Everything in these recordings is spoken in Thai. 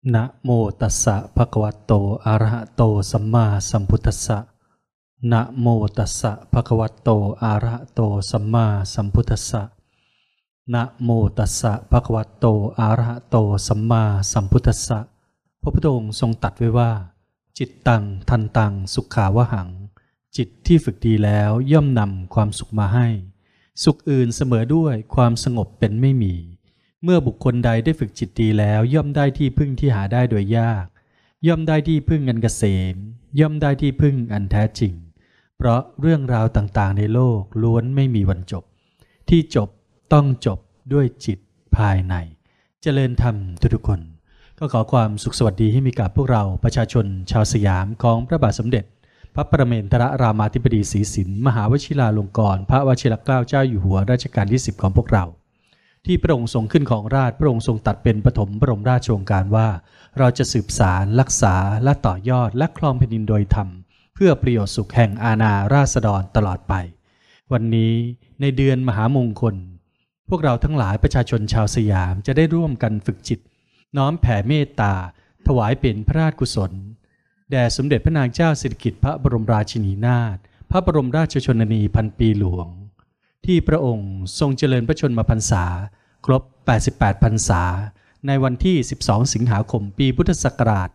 นะโมตัสสะภะคะวะโตอะระหะโตสัมมาสัมพุทธัสสะนะโมตัสสะภะคะวะโตอะระหะโตสัมมาสัมพุทธัสสะนะโมตัสสะภะคะวะโตอะระหะโตสัมมาสัมพุทธัสสะพระพุทธองค์ทรงตรัสไว้ว่าจิตตังทันตังสุขาวหังจิตที่ฝึกดีแล้วย่อมนำความสุขมาให้สุขอื่นเสมอด้วยความสงบเป็นไม่มีเมื่อบุคคลใดได้ฝึกจิตดีแล้วย่อมได้ที่พึ่งที่หาได้โดยยากย่อมได้ที่พึ่งอันเกษมย่อมได้ที่พึ่งอันแท้จริงเพราะเรื่องราวต่างๆในโลกล้วนไม่มีวันจบที่จบต้องจบด้วยจิตภายในเจริญธรรมทุกๆคนก็ขอความสุขสวัสดีให้มีกับพวกเราประชาชนชาวสยามของพระบาทสมเด็จพระประเมนทรรามาธิบดีศรีสินมหาวชิราลงกรณ์พระวชิรเกล้าเจ้าอยู่หัวรัชกาลที่10ของพวกเราที่พระองค์ทรงขึ้นของราชย์พระองค์ทรงตัดเป็นปฐมบรมราชโองการว่าเราจะสืบสารรักษาและต่อยอดและครองแผ่นดินโดยธรรมเพื่อประโยชน์สุขแห่งอาณาราษฎรตลอดไปวันนี้ในเดือนมหามงคลพวกเราทั้งหลายประชาชนชาวสยามจะได้ร่วมกันฝึกจิตน้อมแผ่เมตตาถวายเป็นพระราชกุศลแด่สมเด็จพระนางเจ้าสิริกิติ์พระบรมราชินีนาถพระบรมราชชนนีพันปีหลวงที่พระองค์ทรงเจริญพระชนมพรรษาครบ88พรรษาในวันที่12สิงหาคมปีพุทธศักราช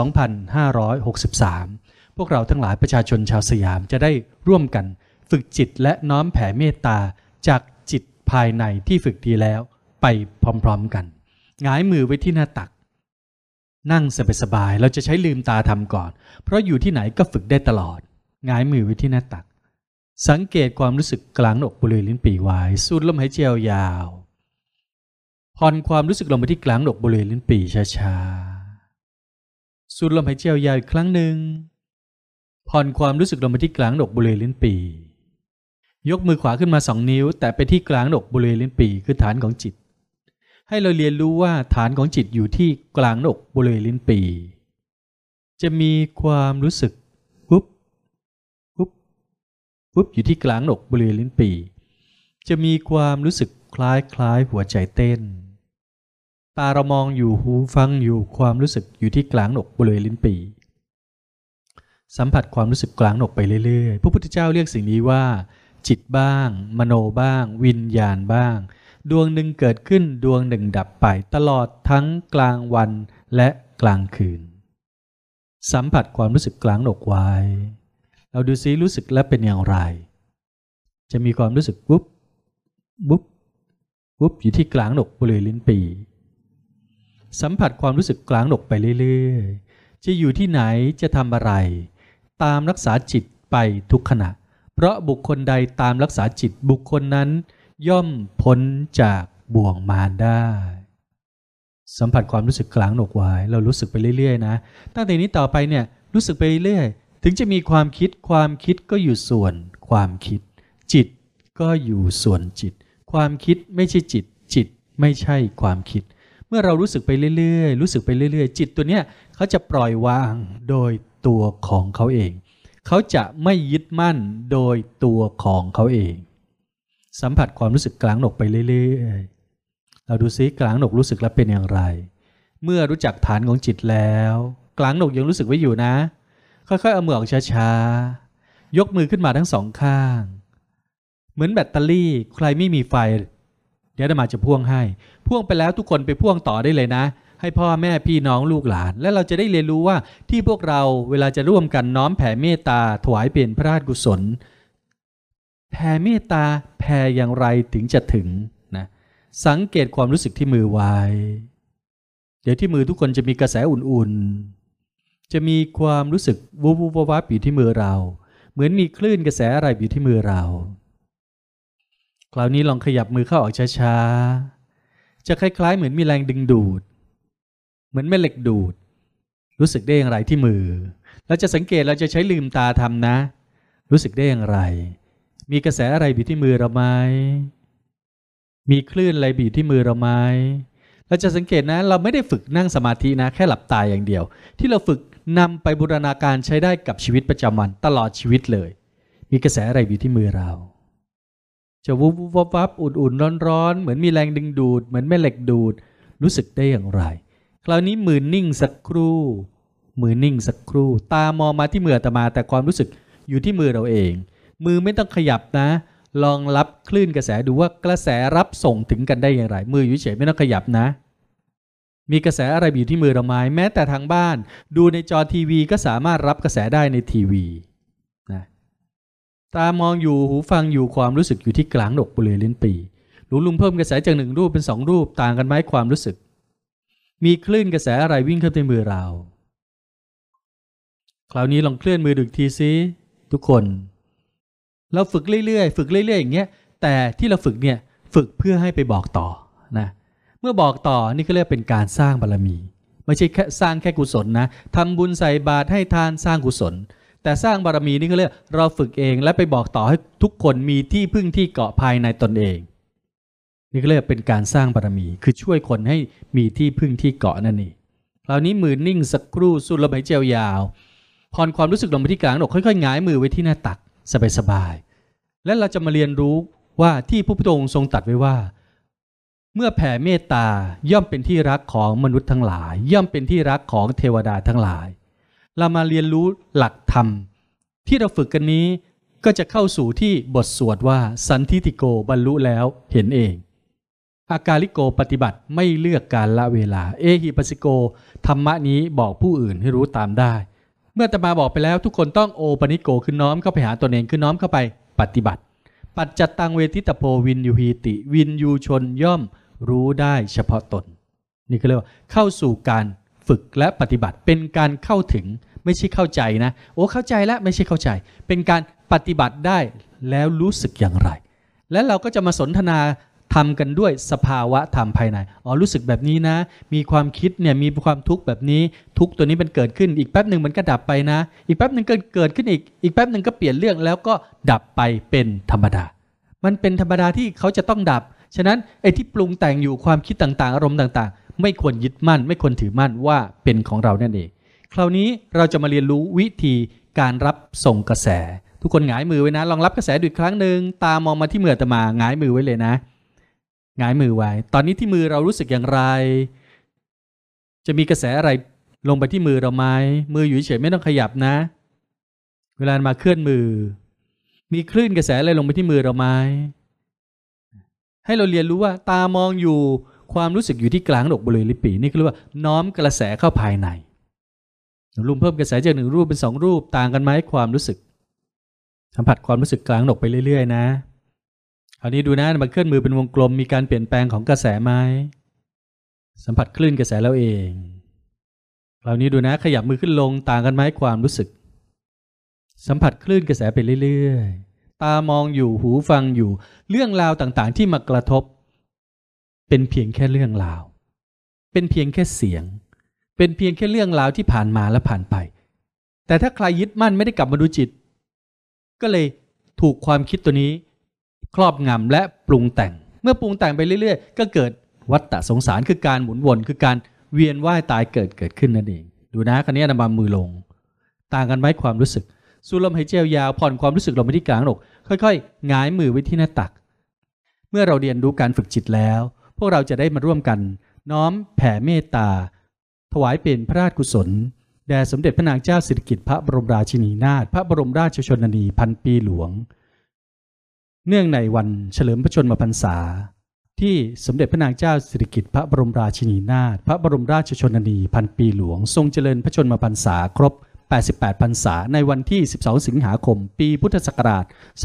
2563พวกเราทั้งหลายประชาชนชาวสยามจะได้ร่วมกันฝึกจิตและน้อมแผ่เมตตาจากจิตภายในที่ฝึกดีแล้วไปพร้อมๆกันหงายมือไว้ที่หน้าตักนั่งสบายๆเราจะใช้ลืมตาทำก่อนเพราะอยู่ที่ไหนก็ฝึกได้ตลอดหงายมือไว้ที่หน้าตักสังเกตความรู้สึกกลางหน้าอกบริเวณลิ้นปี่ไว้สูดลมหายใจยาวผ่อนความรู้สึกลงไปที่กลางหน้าอกบริเวณลิ้นปี่ช้าๆสูดลมหายใจยาวอีกครั้งหนึ่งผ่อนความรู้สึกลงไปที่กลางหน้าอกบริเวณลิ้นปี่ยกมือขวาขึ้นมา2 นิ้วแตะไปที่กลางหน้าอกบริเวณลิ้นปี่คือฐานของจิตให้เราเรียนรู้ว่าฐานของจิตอยู่ที่กลางหน้าอกบริเวณลิ้นปี่จะมีความรู้สึกวุบวุบวุบอยู่ที่กลางหน้าอกบริเวณลิ้นปี่จะมีความรู้สึกคล้ายหัวใจเต้นตาเรามองอยู่หูฟังอยู่ความรู้สึกอยู่ที่กลางหน้าอกบริเวณลิ้นปี่สัมผัสความรู้สึกกลางหน้าอกไปเรื่อยๆพระพุทธเจ้าเรียกสิ่งนี้ว่าจิตบ้างมโนบ้างวิญญาณบ้างดวงหนึ่งเกิดขึ้นดวงหนึ่งดับไปตลอดทั้งกลางวันและกลางคืนสัมผัสความรู้สึกกลางหน้าอกไว้เราดูซิรู้สึกแล้วเป็นอย่างไรจะมีความรู้สึกวุบวุบวุบอยู่ที่กลางหน้าอกบริเวณลิ้นปี่สัมผัสความรู้สึกกลางหน้าอกไปเรื่อยๆจะอยู่ที่ไหนจะทำอะไรตามรักษาจิตไปทุกขณะเพราะบุคคลใดตามรักษาจิตบุคคลนั้นย่อมพ้นจากบ่วงมารได้สัมผัสความรู้สึกกลางหน้าอกไว้เรารู้สึกไปเรื่อยๆนะตั้งแต่นี้ต่อไปเนี่ยรู้สึกไปเรื่อยถึงจะมีความคิดก็อยู่ส่วนความคิดจิตก็อยู่ส่วนจิตความคิดไม่ใช่จิตจิตไม่ใช่ความคิดเมื่อเรารู้สึกไปเรื่อยๆรู้สึกไปเรื่อยๆจิตตัวเนี้ยเขาจะปล่อยวางโดยตัวของเขาเองเขาจะไม่ยึดมั่นโดยตัวของเขาเองสัมผัสความรู้สึกกลางหน้าอกไปเรื่อยๆเราดูซิกลางหน้าอกรู้สึกแล้วเป็นอย่างไรเมื่อรู้จักฐานของจิตแล้วกลางหน้าอกยังรู้สึกไว้อยู่นะค่อยๆเอามือออกช้าๆยกมือขึ้นมาทั้ง2 ข้างเหมือนแบตเตอรี่ใครไม่มีไฟเดี๋ยวอาตมาจะพ่วงให้พ่วงไปแล้วทุกคนไปพ่วงต่อได้เลยนะให้พ่อแม่พี่น้องลูกหลานและเราจะได้เรียนรู้ว่าที่พวกเราเวลาจะร่วมกันน้อมแผ่เมตตาถวายเป็นพระราชกุศลแผ่เมตตาแผ่อย่างไรถึงจะถึงนะสังเกตความรู้สึกที่มือไว้เดี๋ยวที่มือทุกคนจะมีกระแสอุ่นๆจะมีความรู้สึกวูบวับอยู่ที่มือเราเหมือนมีคลื่นกระแสอะไรอยู่ที่มือเราคราวนี้ลองขยับมือเข้าออกช้าๆจะคล้ายๆเหมือนมีแรงดึงดูดเหมือนแม่เหล็กดูดรู้สึกได้อย่างไรที่มือเราจะสังเกตเราจะใช้ลืมตาทำนะรู้สึกได้อย่างไรมีกระแสอะไรบีบที่มือเราไหมมีคลื่นอะไรบีบที่มือเราไหมเราจะสังเกตนะเราไม่ได้ฝึกนั่งสมาธินะแค่หลับตาอย่างเดียวที่เราฝึกนำไปบูรณาการใช้ได้กับชีวิตประจำวันตลอดชีวิตเลยมีกระแสอะไรบีบที่มือเราจะวุบวับอุ่นๆร้อนๆเหมือนมีแรงดึงดูดเหมือนแม่เหล็กดูดรู้สึกได้อย่างไรคราวนี้มือนิ่งสักครู่มือนิ่งสักครู่ตามองมาที่มืออาตมาแต่ความรู้สึกอยู่ที่มือเราเองมือไม่ต้องขยับนะลองรับคลื่นกระแสดูว่ากระแสรับส่งถึงกันได้อย่างไรมืออยู่เฉยไม่ต้องขยับนะมีกระแสอะไรอยู่ที่มือเราไหมแม้แต่ทางบ้านดูในจอทีวีก็สามารถรับกระแสได้ในทีวีนะตามองอยู่หูฟังอยู่ความรู้สึกอยู่ที่กลางหนกบริเวณลิ้นปี่หลวงลุงเพิ่มกระแสจาก1รูปเป็น2รูปต่างกันไหมความรู้สึกมีคลื่นกระแสอะไรวิ่งเข้าในมือเราคราวนี้ลองเคลื่อนมือดูอีกทีซิทุกคนเราฝึกเรื่อยๆฝึกเรื่อยๆอย่างเงี้ยแต่ที่เราฝึกเนี่ยฝึกเพื่อให้ไปบอกต่อนะเมื่อบอกต่อนี่ก็เรียกเป็นการสร้างบารมีไม่ใช่แค่สร้างแค่กุศลนะทำบุญใส่บาตรให้ทานสร้างกุศลแต่สร้างบารมีนี่ก็เรียกเราฝึกเองและไปบอกต่อให้ทุกคนมีที่พึ่งที่เกาะภายในตนเองนี่ก็เรียกเป็นการสร้างบารมีคือช่วยคนให้มีที่พึ่งที่เกาะนั่นเองคราวนี้มือนิ่งสักครู่สูดลมหายใจยาวผ่อนความรู้สึกลงไปที่กลางอกค่อยๆหงายมือไว้ที่หน้าตักสบายๆและเราจะมาเรียนรู้ว่าที่พระพุทธองค์ทรงตรัสไว้ว่าเมื่อแผ่เมตตาย่อมเป็นที่รักของมนุษย์ทั้งหลายย่อมเป็นที่รักของเทวดาทั้งหลายเรามาเรียนรู้หลักธรรมที่เราฝึกกันนี้ก็จะเข้าสู่ที่บทสวดว่าสันทิฏฐิโกบรรลุแล้วเห็นเองอากาลิโกปฏิบัติไม่เลือกการละเวลาเอหิปัสสิโกธรรมะนี้บอกผู้อื่นให้รู้ตามได้เมื่ออาตมาบอกไปแล้วทุกคนต้องโอปนิโกคือน้อมเข้าไปหาตนเองคือน้อมเข้าไปปฏิบัติปัจจัตตังเวทิตโพวินยูหีติวินยูชนย่อมรู้ได้เฉพาะตนนี่ก็เรียกว่าเข้าสู่การฝึกและปฏิบัติเป็นการเข้าถึงไม่ใช่เข้าใจนะโอ้เข้าใจแล้วไม่ใช่เข้าใจเป็นการปฏิบัติได้แล้วรู้สึกอย่างไรและเราก็จะมาสนทนาทำกันด้วยสภาวะธรรมภายในรู้สึกแบบนี้นะมีความคิดเนี่ยมีความทุกข์แบบนี้ทุกข์ตัวนี้มันเกิดขึ้นอีกแป๊บหนึ่งมันก็ดับไปนะอีกแป๊บหนึ่งก็เกิดขึ้นอีกแป๊บหนึ่งก็เปลี่ยนเรื่องแล้วก็ดับไปเป็นธรรมดามันเป็นธรรมดาที่เขาจะต้องดับฉะนั้นไอ้ที่ปรุงแต่งอยู่ความคิดต่างๆอารมณ์ต่างๆไม่ควรยึดมั่นไม่ควรถือมั่นว่าเป็นของเรานั่นเองคราวนี้เราจะมาเรียนรู้วิธีการรับส่งกระแสทุกคนหงายมือไว้นะลองรับกระแสดูอีกครั้งหนึ่งตามองมาที่มืออาตมาหงายมือไว้เลยนะหงายมือไว้ตอนนี้ที่มือเรารู้สึกอย่างไรจะมีกระแสอะไรลงไปที่มือเราไหมมืออยู่เฉยไม่ต้องขยับนะเวลามาเคลื่อนมือมีคลื่นกระแสอะไรลงไปที่มือเราไหมให้เราเรียนรู้ว่าตามองอยู่ความรู้สึกอยู่ที่กลางอกบริเวณลิ้นปี่นี่ก็เรียกว่าน้อมกระแสเข้าภายในลุมเพิ่มกระแสจาก1รูปเป็น2รูปต่างกันไหมความรู้สึกสัมผัสความรู้สึกกลางอกไปเรื่อยๆนะคราวนี้ดูนะมาเคลื่อนมือเป็นวงกลมมีการเปลี่ยนแปลงของกระแสไหมสัมผัสคลื่นกระแสแล้วเองคราวนี้ดูนะขยับมือขึ้นลงต่างกันไหมความรู้สึกสัมผัสคลื่นกระแสไปเรื่อยๆตามองอยู่หูฟังอยู่เรื่องราวต่างๆที่มากระทบเป็นเพียงแค่เรื่องราวเป็นเพียงแค่เสียงเป็นเพียงแค่เรื่องราวที่ผ่านมาและผ่านไปแต่ถ้าใครยึดมั่นไม่ได้กลับมาดูจิตก็เลยถูกความคิดตัวนี้ครอบงำและปรุงแต่งเมื่อปรุงแต่งไปเรื่อยๆก็เกิดวัฏฏะสงสารคือการหมุนวนคือการเวียนว่ายตายเกิดขึ้นนั่นเองดูนะคราวนี้นำมือลงต่างกันไหมความรู้สึกสูดลมหายใจยาวผ่อนความรู้สึกลงไปที่กลางอกค่อยๆหงายมือไว้ที่หน้าตักเมื่อเราเรียนรู้การฝึกจิตแล้วพวกเราจะได้มาร่วมกันน้อมแผ่เมตตาถวายเป็นพระราชกุศลแด่สมเด็จพระนางเจ้าสิริกิติ์พระบรมราชินีนาถพระบรมราชชนนีพันปีหลวงเนื่องในวันเฉลิมพระชนมพรรษาที่สมเด็จพระนางเจ้าสิริกิติ์พระบรมราชินีนาถพระบรมราชชนนีพันปีหลวงทรงเจริญพระชนมพรรษาครบ88พรรษาในวันที่12สิงหาคมปีพุทธศักราช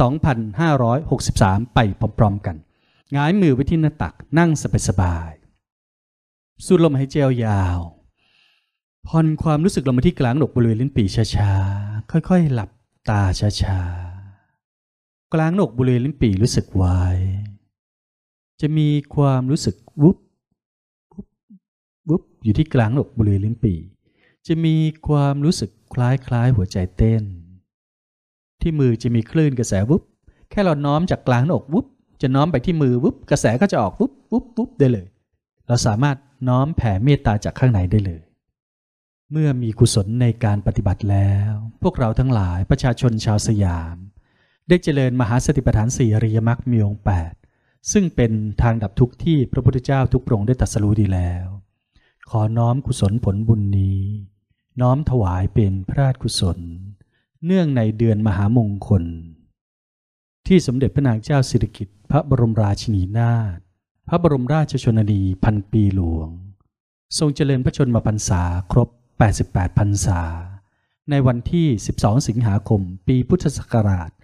2563ไปพร้อมๆกันหงายมือไว้ที่หน้าตักนั่งสบายๆสูดลมหายใจยาวผ่อนความรู้สึกลงมาที่กลางอกบริเวณลิ้นปี่ช้าๆค่อยๆหลับตาช้าๆกลางอกบริเวณลิ้นปี่รู้สึกไว้จะมีความรู้สึกวุบวุบวุบอยู่ที่กลางอกบริเวณลิ้นปี่จะมีความรู้สึกคล้ายๆหัวใจเต้นที่มือจะมีคลื่นกระแสวุบแค่เราน้อมจากกลางอกวุบจะน้อมไปที่มือวุบกระแสก็จะออกวุบวุบวุบได้เลยเราสามารถน้อมแผ่เมตตาจากข้างในได้เลยเมื่อมีกุศลในการปฏิบัติแล้วพวกเราทั้งหลายประชาชนชาวสยามได้เจริญมหาสติปัฏฐาน4อริยมรรคมีองค์8ซึ่งเป็นทางดับทุกข์ที่พระพุทธเจ้าทุกพระองค์ได้ตรัสรู้ดีแล้วขอน้อมกุศลผลบุญนี้น้อมถวายเป็นพระราชกุศลเนื่องในเดือนมหามงคลที่สมเด็จพระนางเจ้าสิริกิติ์พระบรมราชินีนาถพระบรมราชชนนีพันปีหลวงทรงเจริญพระชนมพรรษาครบ88พรรษาในวันที่12สิงหาคมปีพุทธศักราช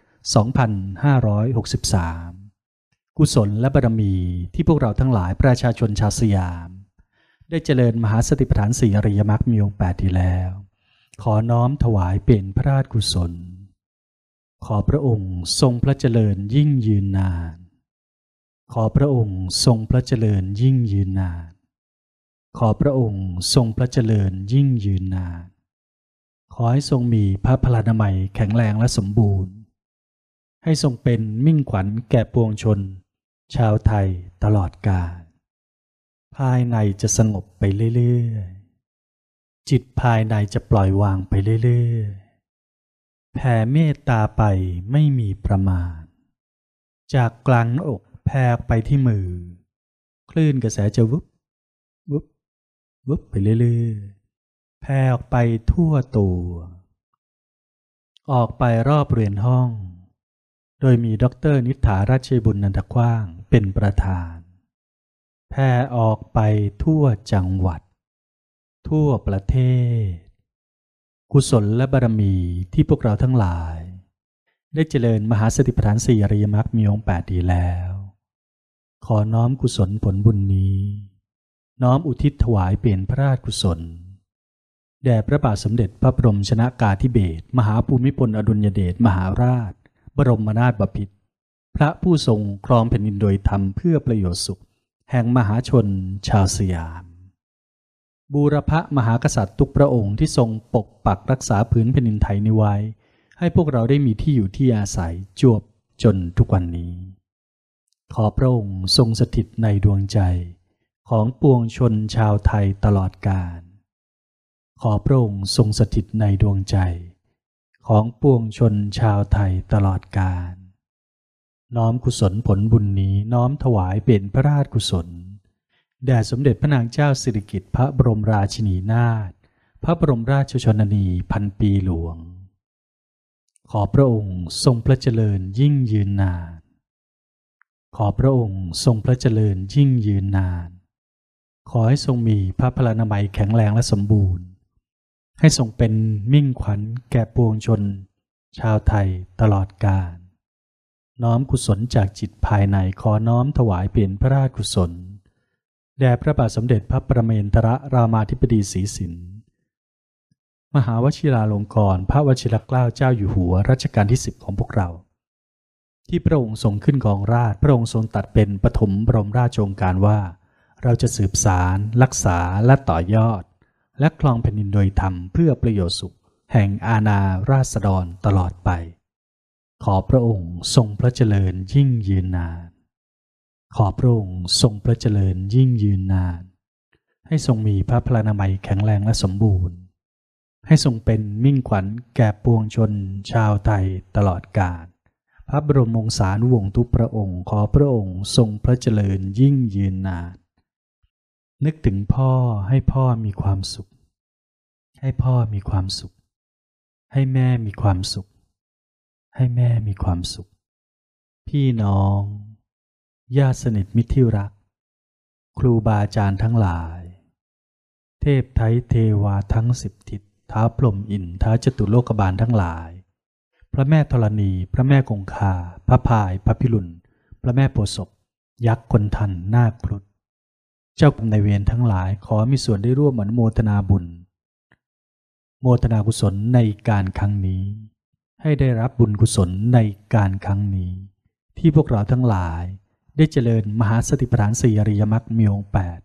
2563กุศลและบารมีที่พวกเราทั้งหลายประชาชนชาวสยามได้เจริญมหาสติปัฏฐาน4อริยมรรคมีองค์8ดีแล้วขอน้อมถวายเป็นพระราชกุศลขอพระองค์ทรงพระเจริญยิ่งยืนนานขอพระองค์ทรงพระเจริญยิ่งยืนนานขอพระองค์ทรงพระเจริญยิ่งยืนนานขอให้ทรงมีพระพลานามัยแข็งแรงและสมบูรณ์ให้ทรงเป็นมิ่งขวัญแก่ปวงชนชาวไทยตลอดกาลภายในจะสงบไปเรื่อยๆจิตภายในจะปล่อยวางไปเรื่อยๆแผ่เมตตาไปไม่มีประมาณจากกลางอกแผ่ไปที่มือคลื่นกระแสจะวุบวุบวุบไปเรื่อยๆแผ่ออกไปทั่วตัวออกไปรอบเรือนห้องโดยมีดร.นิษฐาราชบุญนันทกว้างเป็นประธานแผ่ออกไปทั่วจังหวัดทั่วประเทศกุศลและบารมีที่พวกเราทั้งหลายได้เจริญมหาสติปัฏฐาน4อริยมรรคมีองค์8ดีแล้วขอน้อมกุศลผลบุญนี้น้อมอุทิศถวายเป็นพระราชกุศลแด่พระบาทสมเด็จพระบรมชนกาธิเบศรมหาภูมิพลอดุลยเดชมหาราชบรมนาถบพิตรพระผู้ทรงครองแผ่นดินโดยธรรมเพื่อประโยชน์สุขแห่งมหาชนชาวสยามบูรพมหากษัตริย์ทุกพระองค์ที่ทรงปกปักรักษาพื้นแผ่นดินไทยนี้ไว้ให้พวกเราได้มีที่อยู่ที่อาศัยจวบจนทุกวันนี้ขอพระองค์ทรงสถิตในดวงใจของปวงชนชาวไทยตลอดกาลขอพระองค์ทรงสถิตในดวงใจของปวงชนชาวไทยตลอดกาลน้อมกุศลผลบุญนี้น้อมถวายเป็นพระราชกุศลแด่สมเด็จพระนางเจ้าสิริกิติ์พระบรมราชินีนาถพระบรมราชชนนีพันปีหลวงขอพระองค์ทรงพระเจริญยิ่งยืนนานขอพระองค์ทรงพระเจริญยิ่งยืนนานขอให้ทรงมีพระพลานามัยแข็งแรงและสมบูรณ์ให้ทรงเป็นมิ่งขวัญแก่ปวงชนชาวไทยตลอดกาลน้อมกุศลจากจิตภายในขอน้อมถวายเป็นพระราชกุศลแด่พระบาทสมเด็จพระประเมนทรรามาธิบดีศรีสินมหาวชิราลงกรณ์พระวชิรเกล้าเจ้าอยู่หัวรัชกาลที่10ของพวกเราที่พระองค์ทรงขึ้นครองราชย์พระองค์ทรงตรัสเป็นปฐมบรมราชโองการว่าเราจะสืบสานรักษาและต่อยอดและครองแผ่นดินโดยธรรมเพื่อประโยชน์สุขแห่งอาณาราษฎรตลอดไปขอพระองค์ทรงพระเจริญยิ่งยืนนานขอพระองค์ทรงพระเจริญยิ่งยืนนานให้ทรงมีพระพลานามัยแข็งแรงและสมบูรณ์ให้ทรงเป็นมิ่งขวัญแก่ปวงชนชาวไทยตลอดกาลพระบรมวงศานุวงศ์ทุกพระองค์ขอพระองค์ทรงพระเจริญยิ่งยืนนานนึกถึงพ่อให้พ่อมีความสุขให้พ่อมีความสุขให้แม่มีความสุขให้แม่มีความสุขพี่น้องญาติสนิทมิตรที่รักครูบาอาจารย์ทั้งหลายเทพไทยเทวาทั้ง10ทิศท้าวพรหมอินทร์ท้าวจตุโลกบาลทั้งหลายพระแม่ธรณีพระแม่คงคาพระพายพระพิรุณพระแม่โพธิ์ศพยักษ์คนทันนาคครุฑเจ้ากรรมนายเวรทั้งหลายขอมีส่วนได้ร่วมอนุโมทนาบุญโมทนากุศลในการครั้งนี้ให้ได้รับบุญกุศลในการครั้งนี้ที่พวกเราทั้งหลายได้เจริญมหาสติปัฏฐาน4อริยมรรคมีองค์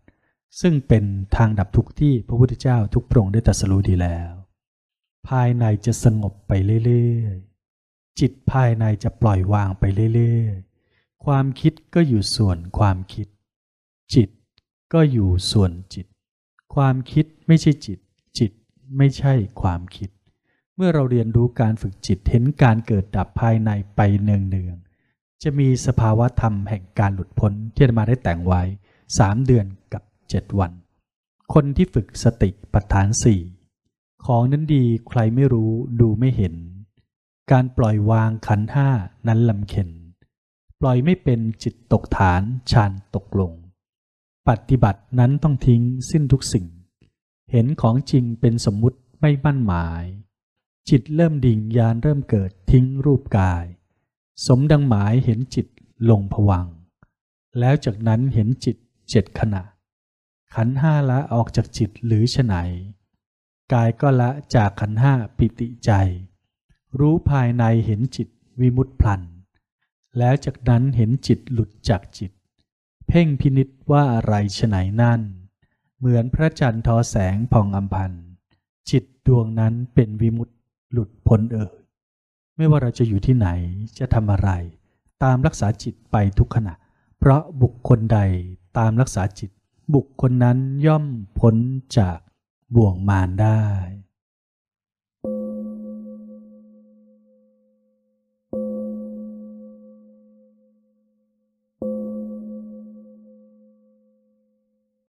8ซึ่งเป็นทางดับทุกข์ที่พระพุทธเจ้าทุกพระองค์ได้ตรัสรู้ดีแล้วภายในจะสงบไปเรื่อยๆจิตภายในจะปล่อยวางไปเรื่อยๆความคิดก็อยู่ส่วนความคิดจิตก็อยู่ส่วนจิตความคิดไม่ใช่จิตจิตไม่ใช่ความคิดเมื่อเราเรียนรู้การฝึกจิตเห็นการเกิดดับภายในไปเนืองๆจะมีสภาวะธรรมแห่งการหลุดพ้นที่อาตมาได้แต่งไว้3 เดือนกับ7 วันคนที่ฝึกสติปัฏฐานสี่ของนั้นดีใครไม่รู้ดูไม่เห็นการปล่อยวางขันธ์ห้านั้นลำเค็ญปล่อยไม่เป็นจิตตกฐานฌานตกลงปฏิบัตินั้นต้องทิ้งสิ้นทุกสิ่งเห็นของจริงเป็นสมมุติไม่มั่นหมายจิตเริ่มดิ่งญาณเริ่มเกิดทิ้งรูปกายสมดังหมายเห็นจิตลงภวังค์แล้วจากนั้นเห็นจิต7 ขณะขันธ์ห้าละออกจากจิตหรือไฉนกายก็ละจากขันธ์ห้าปิติใจรู้ภายในเห็นจิตวิมุตติพลันแล้วจากนั้นเห็นจิตหลุดจากจิตเพ่งพินิจว่าอะไรไฉนนั่นเหมือนพระจันทร์ทอแสงผ่องอำพันจิตดวงนั้นเป็นวิมุตติหลุดพ้นไม่ว่าเราจะอยู่ที่ไหนจะทำอะไรตามรักษาจิตไปทุกขณะเพราะบุคคลใดตามรักษาจิตบุคคลนั้นย่อมพ้นจากบ่วงมารได้